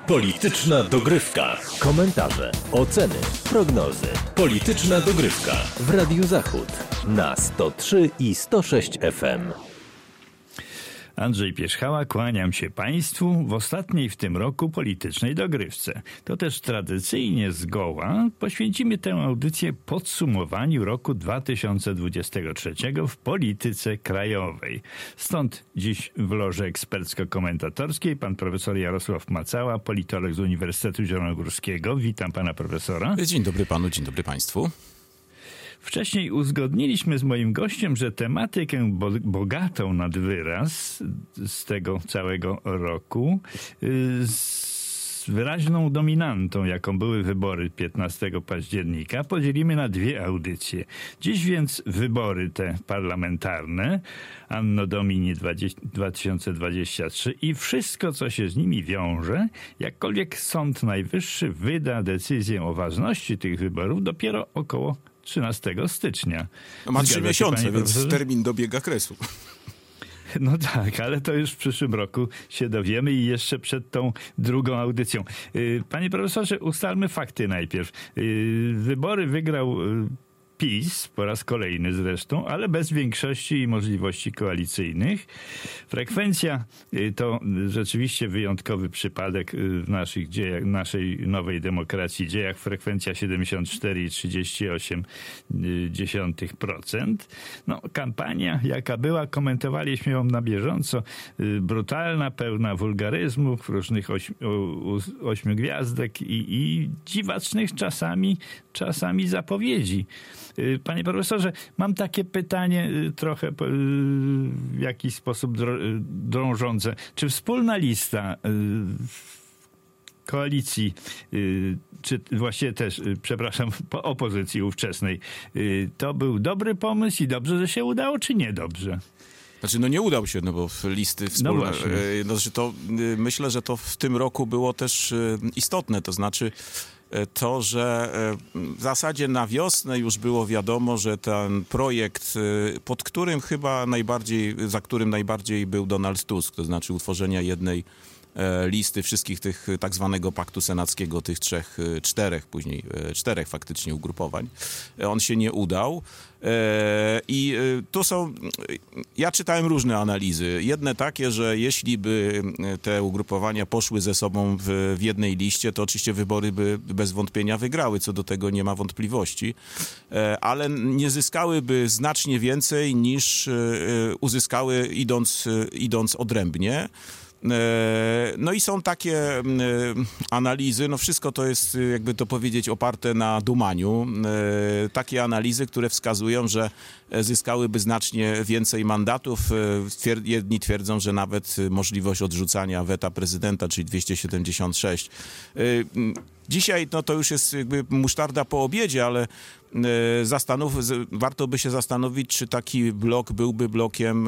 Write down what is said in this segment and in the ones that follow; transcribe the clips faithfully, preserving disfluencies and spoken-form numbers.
Polityczna dogrywka. Komentarze, oceny, prognozy. Polityczna dogrywka w Radiu Zachód na sto trzy i sto sześć F M. Andrzej Pierzchała, kłaniam się Państwu w ostatniej w tym roku politycznej dogrywce. To też tradycyjnie zgoła poświęcimy tę audycję podsumowaniu roku dwa tysiące dwudziestego trzeciego w polityce krajowej. Stąd dziś w loży ekspercko-komentatorskiej pan profesor Jarosław Macała, politolog z Uniwersytetu Zielonogórskiego. Witam pana profesora. Dzień dobry panu, dzień dobry państwu. Wcześniej uzgodniliśmy z moim gościem, że tematykę bo- bogatą nad wyraz z tego całego roku, yy, z wyraźną dominantą, jaką były wybory piętnastego października, podzielimy na dwie audycje. Dziś więc wybory te parlamentarne, Anno Domini dwa tysiące dwudziesty trzeci i wszystko, co się z nimi wiąże, jakkolwiek Sąd Najwyższy wyda decyzję o ważności tych wyborów dopiero około trzynastego stycznia. No ma trzy miesiące, więc profesorze? Termin dobiega kresu. No tak, ale to już w przyszłym roku się dowiemy i jeszcze przed tą drugą audycją. Panie profesorze, ustalmy fakty najpierw. Wybory wygrał PiS, po raz kolejny zresztą, ale bez większości i możliwości koalicyjnych. Frekwencja to rzeczywiście wyjątkowy przypadek w naszych dziejach, naszej nowej demokracji dziejach. Frekwencja siedemdziesiąt cztery przecinek trzydzieści osiem procent. No, kampania jaka była, komentowaliśmy ją na bieżąco. Brutalna, pełna wulgaryzmów, różnych ośm, ośmiu gwiazdek i, i dziwacznych czasami, czasami zapowiedzi. Panie profesorze, mam takie pytanie trochę w jakiś sposób drążące. Czy wspólna lista koalicji, czy właściwie też, przepraszam, opozycji ówczesnej, to był dobry pomysł i dobrze, że się udało, czy niedobrze? Znaczy, no nie udał się, no bo listy wspólne, no, no, że to, myślę, że to w tym roku było też istotne, to znaczy to, że w zasadzie na wiosnę już było wiadomo, że ten projekt, pod którym chyba najbardziej, za którym najbardziej był Donald Tusk, to znaczy utworzenia jednej listy wszystkich tych tak zwanego paktu senackiego, tych trzech, czterech później, czterech faktycznie ugrupowań. On się nie udał. I tu są, ja czytałem różne analizy. Jedne takie, że jeśli by te ugrupowania poszły ze sobą w, w jednej liście, to oczywiście wybory by bez wątpienia wygrały, co do tego nie ma wątpliwości, ale nie zyskałyby znacznie więcej niż uzyskały idąc, idąc odrębnie. No i są takie analizy, no wszystko to jest, jakby to powiedzieć, oparte na dumaniu. Takie analizy, które wskazują, że zyskałyby znacznie więcej mandatów. Jedni twierdzą, że nawet możliwość odrzucania weta prezydenta, czyli dwieście siedemdziesiąt sześć. Dzisiaj no to już jest jakby musztarda po obiedzie, ale zastanów, warto by się zastanowić, czy taki blok byłby blokiem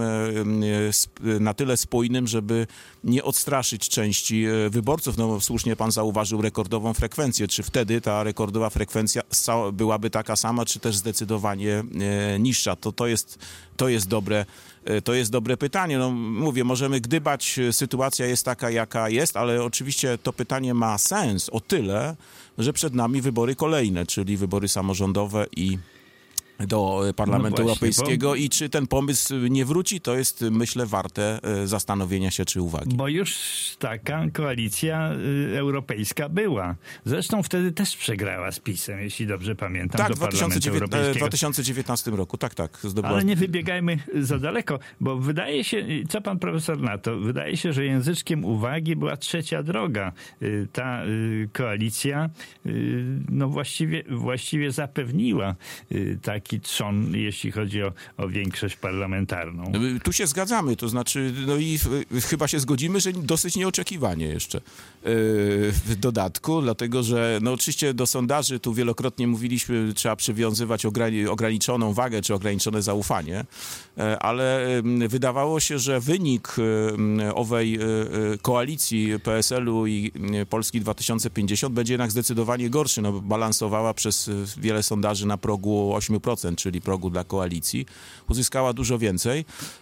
na tyle spójnym, żeby nie odstraszyć części wyborców. No słusznie pan zauważył rekordową frekwencję. Czy wtedy ta rekordowa frekwencja byłaby taka sama, czy też zdecydowanie niższa? To, to, jest, to, jest dobre, to jest dobre pytanie. No mówię, możemy gdybać, sytuacja jest taka, jaka jest, ale oczywiście to pytanie ma sens o tyle, że przed nami wybory kolejne, czyli wybory samorządowe i do Parlamentu no właśnie, Europejskiego bo... i czy ten pomysł nie wróci, to jest, myślę, warte zastanowienia się czy uwagi. Bo już taka koalicja europejska była. Zresztą wtedy też przegrała z PiS-em, jeśli dobrze pamiętam, tak, do Parlamentu Europejskiego. W dwa tysiące dziewiętnastym roku, tak, tak. Zdobyła... Ale nie wybiegajmy za daleko, bo wydaje się, co pan profesor na to, wydaje się, że języczkiem uwagi była trzecia droga. Ta koalicja no właściwie, właściwie zapewniła tak taki trzon, jeśli chodzi o, o większość parlamentarną. Tu się zgadzamy, to znaczy, no i w, chyba się zgodzimy, że dosyć nieoczekiwanie jeszcze yy, w dodatku, dlatego że no oczywiście do sondaży tu wielokrotnie mówiliśmy, trzeba przywiązywać ograni- ograniczoną wagę, czy ograniczone zaufanie, yy, ale yy, wydawało się, że wynik yy, owej yy, koalicji P S L-u i yy, Polski dwa tysiące pięćdziesiąt będzie jednak zdecydowanie gorszy, no balansowała przez wiele sondaży na progu osiem procent. procent, czyli progu dla koalicji. Uzyskała dużo więcej.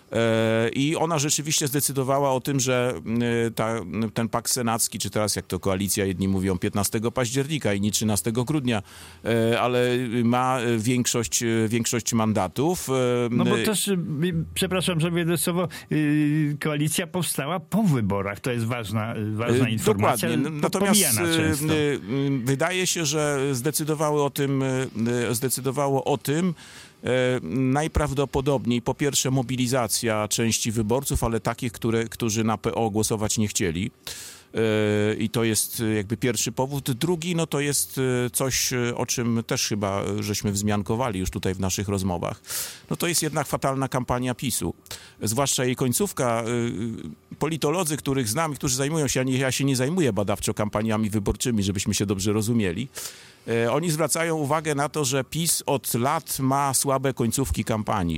I ona rzeczywiście zdecydowała o tym, że ta, ten pakt senacki, czy teraz jak to koalicja, jedni mówią piętnastego października, inni trzynastego grudnia, ale ma większość, większość mandatów. No bo też, przepraszam, że wejdę słowo, koalicja powstała po wyborach. To jest ważna, ważna informacja. Dokładnie. Natomiast wydaje się, że zdecydowały o tym, zdecydowało o tym, najprawdopodobniej po pierwsze mobilizacja części wyborców, ale takich, które, którzy na P O głosować nie chcieli. I to jest jakby pierwszy powód. Drugi, no to jest coś, o czym też chyba żeśmy wzmiankowali już tutaj w naszych rozmowach. No to jest jednak fatalna kampania PiSu. Zwłaszcza jej końcówka. Politolodzy, których znam i którzy zajmują się, ja, nie, ja się nie zajmuję badawczo kampaniami wyborczymi, żebyśmy się dobrze rozumieli. Oni zwracają uwagę na to, że PiS od lat ma słabe końcówki kampanii.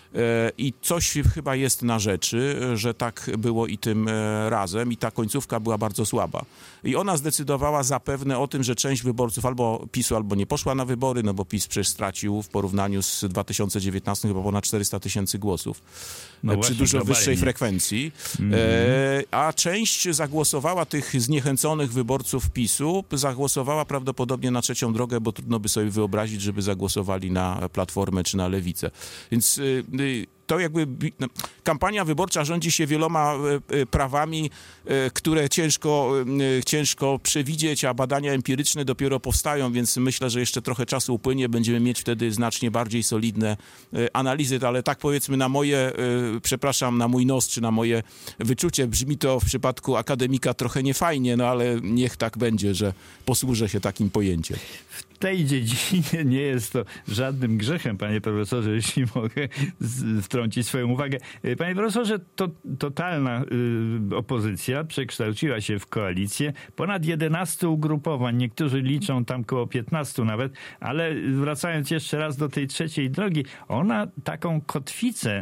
I coś chyba jest na rzeczy, że tak było i tym razem i ta końcówka była bardzo słaba. I ona zdecydowała zapewne o tym, że część wyborców albo PiSu, albo nie poszła na wybory, no bo PiS przecież stracił w porównaniu z dwa tysiące dziewiętnastym chyba ponad czterysta tysięcy głosów. No przy dużo wyższej frekwencji. Mm-hmm. E, a część zagłosowała, tych zniechęconych wyborców PiSu, zagłosowała prawdopodobnie na trzecią drogę, bo trudno by sobie wyobrazić, żeby zagłosowali na Platformę czy na Lewicę. Więc y, y, to jakby kampania wyborcza rządzi się wieloma prawami, które ciężko, ciężko przewidzieć, a badania empiryczne dopiero powstają, więc myślę, że jeszcze trochę czasu upłynie, będziemy mieć wtedy znacznie bardziej solidne analizy, ale tak powiedzmy na moje, przepraszam, na mój nos, czy na moje wyczucie, brzmi to w przypadku akademika trochę niefajnie, no ale niech tak będzie, że posłużę się takim pojęciem. W tej dziedzinie nie jest to żadnym grzechem, panie profesorze, jeśli mogę wtrącić swoją uwagę. Panie profesorze, to totalna y, opozycja przekształciła się w koalicję. Ponad jedenaście ugrupowań, niektórzy liczą tam koło piętnastu nawet, ale wracając jeszcze raz do tej trzeciej drogi, ona taką kotwicę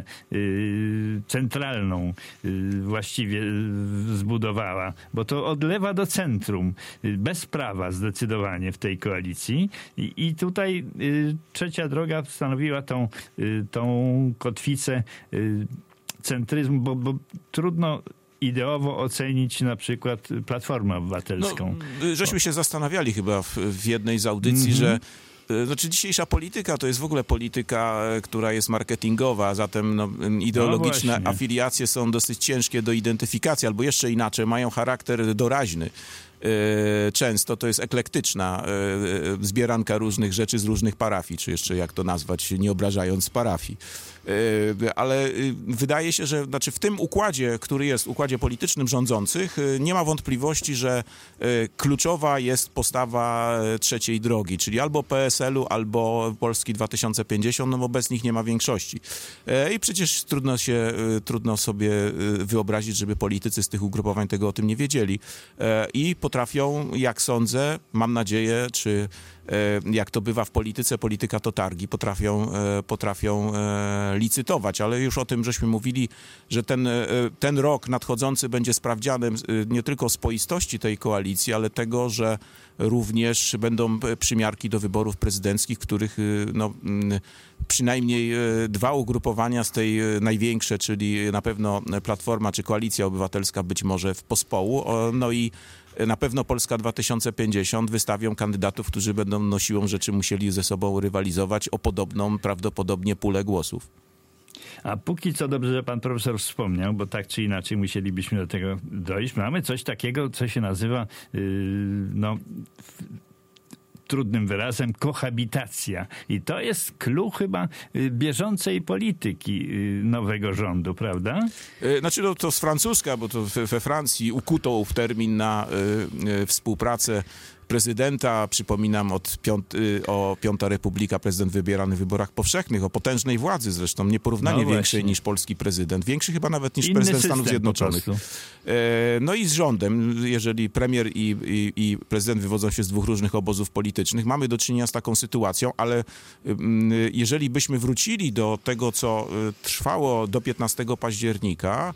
y, centralną y, właściwie y, zbudowała, bo to od lewa do centrum, y, bez prawa zdecydowanie w tej koalicji. I, i tutaj y, trzecia droga stanowiła tą, y, tą kotwicę y, centryzmu, bo, bo trudno ideowo ocenić na przykład Platformę Obywatelską. No, żeśmy się zastanawiali chyba w, w jednej z audycji, mm-hmm. że znaczy dzisiejsza polityka to jest w ogóle polityka, która jest marketingowa, zatem no, ideologiczne no afiliacje są dosyć ciężkie do identyfikacji, albo jeszcze inaczej, mają charakter doraźny. Często to jest eklektyczna zbieranka różnych rzeczy z różnych parafii, czy jeszcze jak to nazwać, nie obrażając parafii. Ale wydaje się, że znaczy w tym układzie, który jest układzie politycznym rządzących, nie ma wątpliwości, że kluczowa jest postawa trzeciej drogi, czyli albo P S L u, albo Polski dwa tysiące pięćdziesiąt, no bo bez nich nie ma większości. I przecież trudno się, trudno sobie wyobrazić, żeby politycy z tych ugrupowań tego o tym nie wiedzieli. I potrafią, jak sądzę, mam nadzieję, czy jak to bywa w polityce, polityka to targi, potrafią, potrafią licytować, ale już o tym żeśmy mówili, że ten, ten rok nadchodzący będzie sprawdzianem nie tylko spoistości tej koalicji, ale tego, że również będą przymiarki do wyborów prezydenckich, których no, przynajmniej dwa ugrupowania z tej największe, czyli na pewno Platforma czy Koalicja Obywatelska być może w pospołu, no i na pewno Polska dwa tysiące pięćdziesiąt wystawią kandydatów, którzy będą no, siłą rzeczy musieli ze sobą rywalizować o podobną prawdopodobnie pulę głosów. A póki co dobrze, że pan profesor wspomniał, bo tak czy inaczej musielibyśmy do tego dojść. Mamy coś takiego, co się nazywa yy, no... trudnym wyrazem, kohabitacja. I to jest clue chyba bieżącej polityki nowego rządu, prawda? Znaczy no, to z francuska, bo to we Francji ukuto w termin na y, y, współpracę prezydenta, przypominam, od piąty, o Piąta Republika, prezydent wybierany w wyborach powszechnych, o potężnej władzy zresztą, nieporównanie no większej niż polski prezydent, większy chyba nawet niż Inny prezydent Stanów Zjednoczonych. E, no i z rządem, jeżeli premier i, i, i prezydent wywodzą się z dwóch różnych obozów politycznych, mamy do czynienia z taką sytuacją, ale m, jeżeli byśmy wrócili do tego, co trwało do piętnastego października,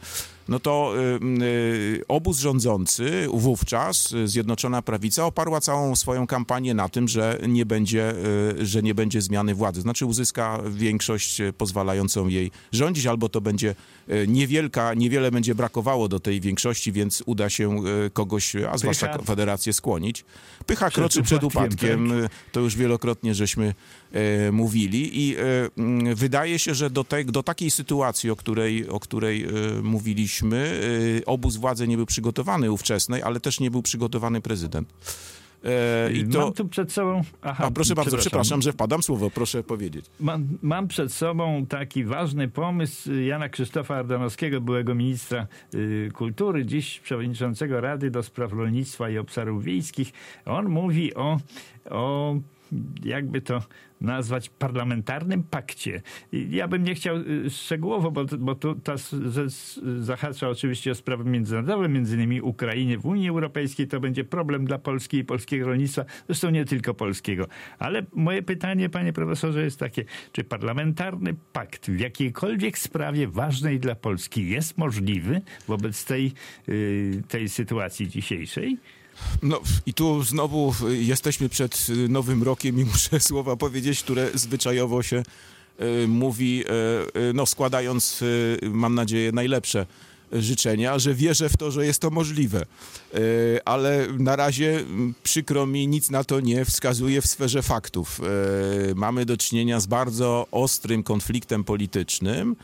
no to y, y, obóz rządzący wówczas, Zjednoczona Prawica, oparła całą swoją kampanię na tym, że nie będzie, y, że nie będzie zmiany władzy. Znaczy uzyska większość pozwalającą jej rządzić, albo to będzie y, niewielka, niewiele będzie brakowało do tej większości, więc uda się y, kogoś, a zwłaszcza Pycha. Konfederację skłonić. Pycha przed kroczy przed upadkiem. Tak? To już wielokrotnie żeśmy y, mówili i y, wydaje się, że do, te, do takiej sytuacji, o której, o której y, mówiliśmy, y, obóz władzy nie był przygotowany ówczesnej, ale też nie był przygotowany prezydent. E, i to... Mam tu przed sobą... Aha, A proszę bardzo, przepraszam. przepraszam, że wpadam słowo, proszę powiedzieć. Mam, mam przed sobą taki ważny pomysł Jana Krzysztofa Ardanowskiego, byłego ministra y, kultury, dziś przewodniczącego Rady do Spraw Rolnictwa i Obszarów Wiejskich. On mówi o, o jakby to nazwać, parlamentarnym pakcie. Ja bym nie chciał szczegółowo, bo, bo to ta, zahacza oczywiście o sprawy międzynarodowe, między innymi Ukrainy w Unii Europejskiej. To będzie problem dla Polski i polskiego rolnictwa, zresztą nie tylko polskiego. Ale moje pytanie, panie profesorze, jest takie, czy parlamentarny pakt w jakiejkolwiek sprawie ważnej dla Polski jest możliwy wobec tej, tej sytuacji dzisiejszej? No i tu znowu jesteśmy przed Nowym Rokiem i muszę słowa powiedzieć, które zwyczajowo się y, mówi, y, no składając, y, mam nadzieję, najlepsze życzenia, że wierzę w to, że jest to możliwe. Y, ale na razie przykro mi, nic na to nie wskazuje w sferze faktów. Y, mamy do czynienia z bardzo ostrym konfliktem politycznym.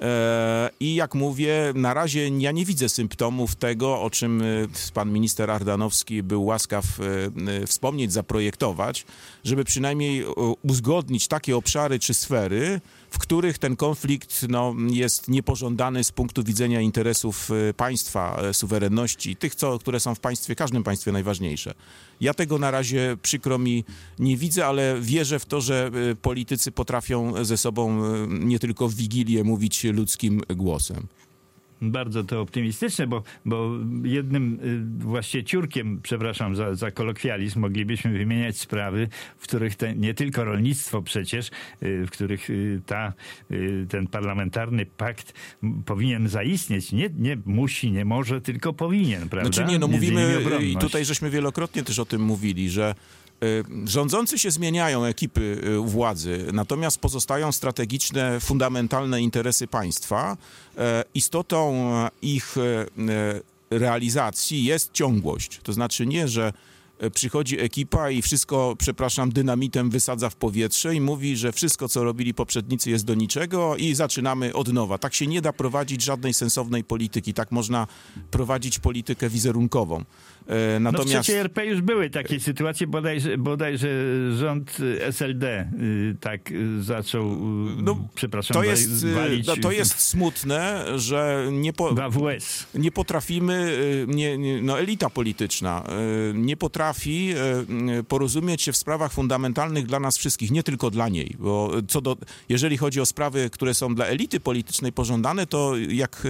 I jak mówię, na razie ja nie widzę symptomów tego, o czym pan minister Ardanowski był łaskaw wspomnieć, zaprojektować, żeby przynajmniej uzgodnić takie obszary czy sfery, w których ten konflikt no, jest niepożądany z punktu widzenia interesów państwa, suwerenności, tych, co, które są w państwie, każdym państwie najważniejsze. Ja tego na razie, przykro mi, nie widzę, ale wierzę w to, że politycy potrafią ze sobą nie tylko w Wigilię mówić ludzkim głosem. Bardzo to optymistyczne, bo, bo jednym właściwie ciurkiem, przepraszam za, za kolokwializm, moglibyśmy wymieniać sprawy, w których te, nie tylko rolnictwo przecież, w których ta, ten parlamentarny pakt powinien zaistnieć. Nie, nie musi, nie może, tylko powinien, prawda? Znaczy nie, no mówimy i tutaj żeśmy wielokrotnie też o tym mówili, że rządzący się zmieniają, ekipy władzy, natomiast pozostają strategiczne, fundamentalne interesy państwa. Istotą ich realizacji jest ciągłość. To znaczy nie, że przychodzi ekipa i wszystko, przepraszam, dynamitem wysadza w powietrze i mówi, że wszystko, co robili poprzednicy, jest do niczego i zaczynamy od nowa. Tak się nie da prowadzić żadnej sensownej polityki. Tak można prowadzić politykę wizerunkową. Natomiast... No w trzeciej R P już były takie sytuacje, bodajże, bodajże rząd S L D tak zaczął, no, przepraszam, to jest, walić... No, to jest smutne, że nie, po, nie potrafimy, nie, nie, no elita polityczna nie potrafi porozumieć się w sprawach fundamentalnych dla nas wszystkich, nie tylko dla niej, bo co do, jeżeli chodzi o sprawy, które są dla elity politycznej pożądane, to jak...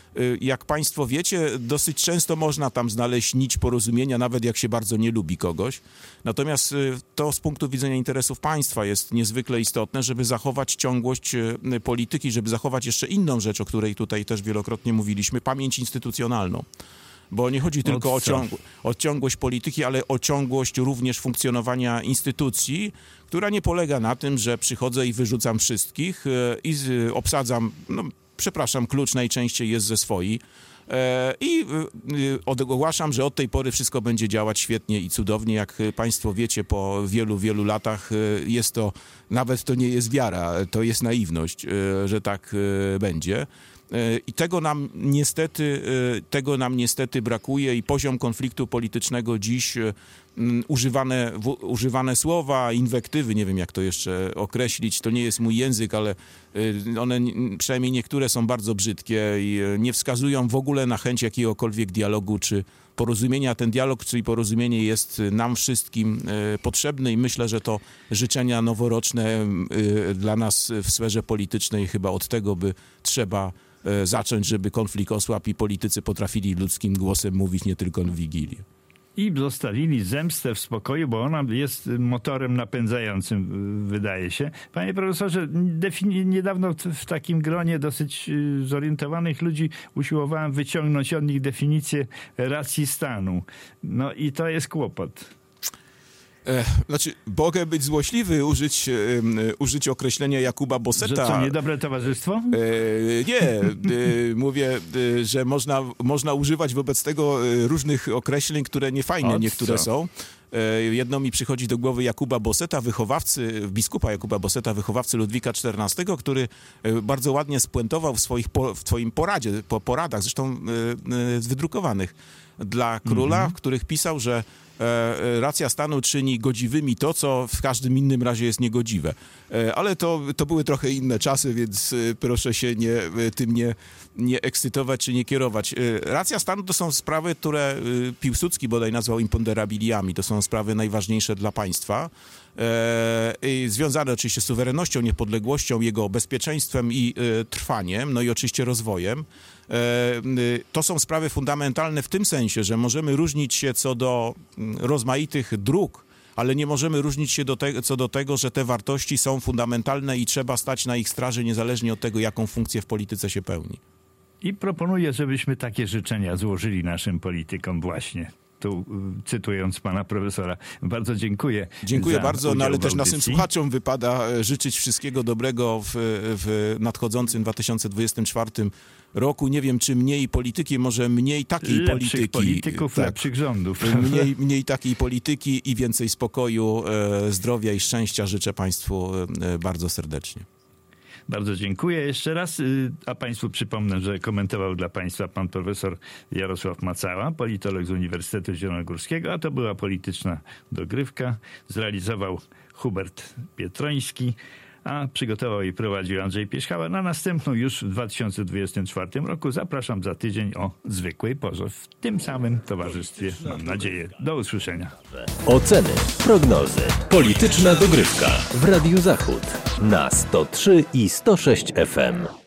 Jak państwo wiecie, dosyć często można tam znaleźć nić porozumienia, nawet jak się bardzo nie lubi kogoś. Natomiast to z punktu widzenia interesów państwa jest niezwykle istotne, żeby zachować ciągłość polityki, żeby zachować jeszcze inną rzecz, o której tutaj też wielokrotnie mówiliśmy, pamięć instytucjonalną. Bo nie chodzi tylko o, ciąg- o ciągłość polityki, ale o ciągłość również funkcjonowania instytucji, która nie polega na tym, że przychodzę i wyrzucam wszystkich i obsadzam... No, przepraszam, klucz najczęściej jest ze swoi e, i e, ogłaszam, że od tej pory wszystko będzie działać świetnie i cudownie. Jak państwo wiecie, po wielu, wielu latach e, jest to, nawet to nie jest wiara, to jest naiwność, e, że tak e, będzie. I tego nam niestety, tego nam niestety brakuje i poziom konfliktu politycznego dziś, używane, w, używane słowa, inwektywy, nie wiem jak to jeszcze określić, to nie jest mój język, ale one, przynajmniej niektóre są bardzo brzydkie i nie wskazują w ogóle na chęć jakiegokolwiek dialogu czy porozumienia. Ten dialog, czyli porozumienie jest nam wszystkim potrzebny i myślę, że to życzenia noworoczne dla nas w sferze politycznej chyba od tego by trzeba zacząć, żeby konflikt osłabł i politycy potrafili ludzkim głosem mówić nie tylko w Wigilię. I zostawili zemstę w spokoju, bo ona jest motorem napędzającym, wydaje się. Panie profesorze, defini- niedawno w takim gronie dosyć zorientowanych ludzi usiłowałem wyciągnąć od nich definicję racji stanu. No i to jest kłopot. E, znaczy, mogę być złośliwy, użyć, e, użyć określenia Jakuba Bosseta. Że co, niedobre towarzystwo? E, nie, e, mówię, e, że można, można używać wobec tego różnych określeń, które niefajne Od niektóre co? są. E, jedno mi przychodzi do głowy Jakuba Bosseta, wychowawcy, biskupa Jakuba Bosseta, wychowawcy Ludwika czternastego, który bardzo ładnie spuentował w, swoich, po, w swoim poradzie, po poradach, zresztą e, e, wydrukowanych dla króla, mm-hmm. w których pisał, że E, racja stanu czyni godziwymi to, co w każdym innym razie jest niegodziwe. E, ale to, to były trochę inne czasy, więc e, proszę się nie, e, tym nie, nie ekscytować czy nie kierować. E, racja stanu to są sprawy, które e, Piłsudski bodaj nazwał imponderabiliami. To są sprawy najważniejsze dla państwa. E, i związane oczywiście z suwerennością, niepodległością, jego bezpieczeństwem i e, trwaniem, no i oczywiście rozwojem. E, to są sprawy fundamentalne w tym sensie, że możemy różnić się co do rozmaitych dróg, ale nie możemy różnić się do te, co do tego, że te wartości są fundamentalne i trzeba stać na ich straży niezależnie od tego, jaką funkcję w polityce się pełni. I proponuję, żebyśmy takie życzenia złożyli naszym politykom właśnie. Tu cytując pana profesora. Bardzo dziękuję. Dziękuję bardzo, no ale też naszym audycji. słuchaczom wypada życzyć wszystkiego dobrego w, w nadchodzącym dwa tysiące dwudziestym czwartym roku. Nie wiem, czy mniej polityki, może mniej takiej lepszych polityki. polityków, tak. Lepszych rządów. Mniej, mniej takiej polityki i więcej spokoju, zdrowia i szczęścia życzę państwu bardzo serdecznie. Bardzo dziękuję jeszcze raz, a państwu przypomnę, że komentował dla państwa pan profesor Jarosław Macała, politolog z Uniwersytetu Zielonogórskiego, a to była polityczna dogrywka. Zrealizował Hubert Pietroński, a przygotował i prowadził Andrzej Pierzchała. Na następną już w dwa tysiące dwudziestym czwartym roku zapraszam za tydzień o zwykłej porze. W tym samym towarzystwie, mam nadzieję. Do usłyszenia. Oceny, prognozy, polityczna dogrywka w Radiu Zachód na sto trzy i sto sześć F M.